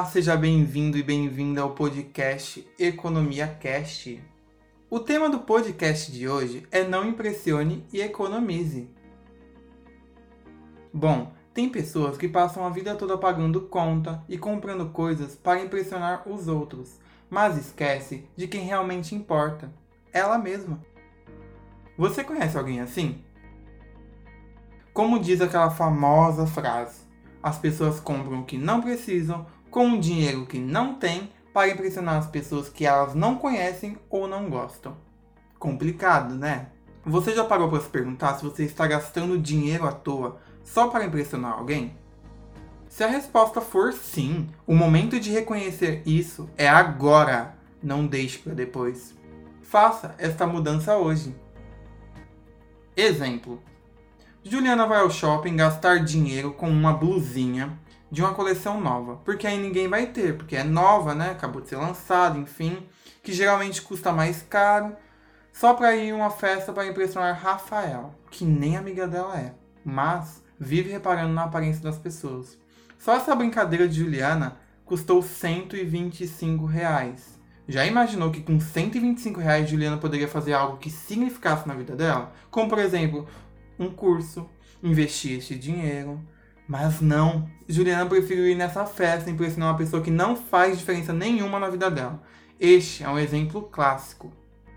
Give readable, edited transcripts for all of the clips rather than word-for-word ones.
seja bem-vindo e bem-vinda ao podcast Economia Cast. O tema do podcast de hoje é Não Impressione e Economize. Bom, tem pessoas que passam a vida toda pagando conta e comprando coisas para impressionar os outros, mas esquece de quem realmente importa, ela mesma. Você conhece alguém assim? Como diz aquela famosa frase, as pessoas compram o que não precisam com o dinheiro que não têm para impressionar as pessoas que elas não conhecem ou não gostam. Complicado, né? Você já parou para se perguntar se você está gastando dinheiro à toa só para impressionar alguém? Se a resposta for sim, o momento de reconhecer isso é agora, não deixe para depois. Faça esta mudança hoje. Exemplo. Juliana vai ao shopping gastar dinheiro com uma blusinha de uma coleção nova, porque aí ninguém vai ter, porque é nova, né? Acabou de ser lançada, enfim, que geralmente custa mais caro, só para ir em uma festa para impressionar Rafael, que nem amiga dela é, mas vive reparando na aparência das pessoas. Só essa brincadeira de Juliana custou R$125. Já imaginou que com R$125 Juliana poderia fazer algo que significasse na vida dela? Como, por exemplo, um curso, investir esse dinheiro. Mas não, Juliana preferiu ir nessa festa e impressionar uma pessoa que não faz diferença nenhuma na vida dela. Este é um exemplo clássico.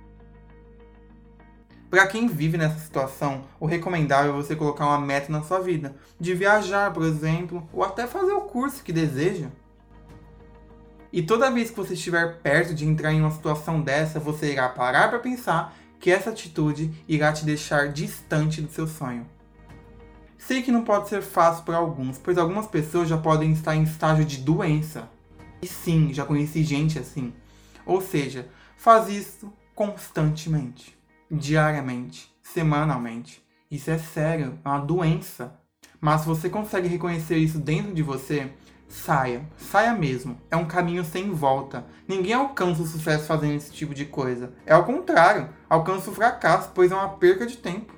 Para quem vive nessa situação, o recomendável é você colocar uma meta na sua vida, de viajar, por exemplo, ou até fazer o curso que deseja. E toda vez que você estiver perto de entrar em uma situação dessa, você irá parar para pensar que essa atitude irá te deixar distante do seu sonho. Sei que não pode ser fácil para alguns, pois algumas pessoas já podem estar em estágio de doença. E sim, já conheci gente assim. Ou seja, faz isso constantemente, diariamente, semanalmente. Isso é sério, é uma doença. Mas se você consegue reconhecer isso dentro de você, saia mesmo. É um caminho sem volta. Ninguém alcança o sucesso fazendo esse tipo de coisa. É ao contrário, alcança o fracasso, pois é uma perca de tempo.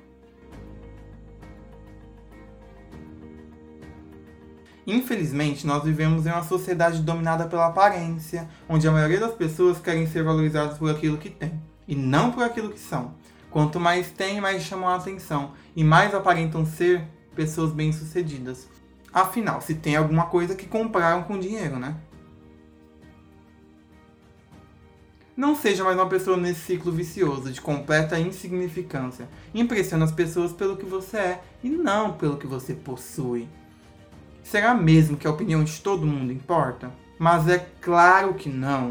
Infelizmente, nós vivemos em uma sociedade dominada pela aparência, onde a maioria das pessoas querem ser valorizadas por aquilo que têm, e não por aquilo que são. Quanto mais têm, mais chamam a atenção, e mais aparentam ser pessoas bem-sucedidas. Afinal, se tem alguma coisa que compraram com dinheiro, né? Não seja mais uma pessoa nesse ciclo vicioso de completa insignificância. Impressione as pessoas pelo que você é, e não pelo que você possui. Será mesmo que a opinião de todo mundo importa? Mas é claro que não.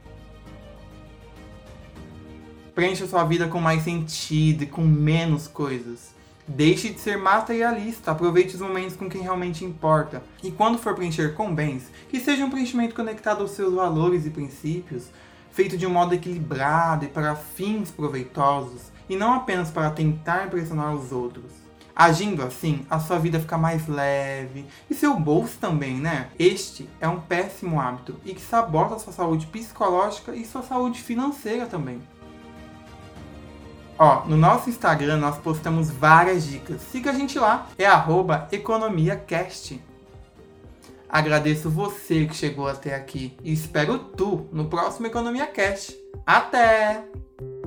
Preencha sua vida com mais sentido e com menos coisas. Deixe de ser materialista, aproveite os momentos com quem realmente importa. E quando for preencher com bens, que seja um preenchimento conectado aos seus valores e princípios, feito de um modo equilibrado e para fins proveitosos, e não apenas para tentar impressionar os outros. Agindo assim, a sua vida fica mais leve, e seu bolso também, né? Este é um péssimo hábito e que sabota a sua saúde psicológica e sua saúde financeira também. No nosso Instagram nós postamos várias dicas. Siga a gente lá, é @economiacast. Agradeço você que chegou até aqui e espero tu no próximo Economia Cast. Até!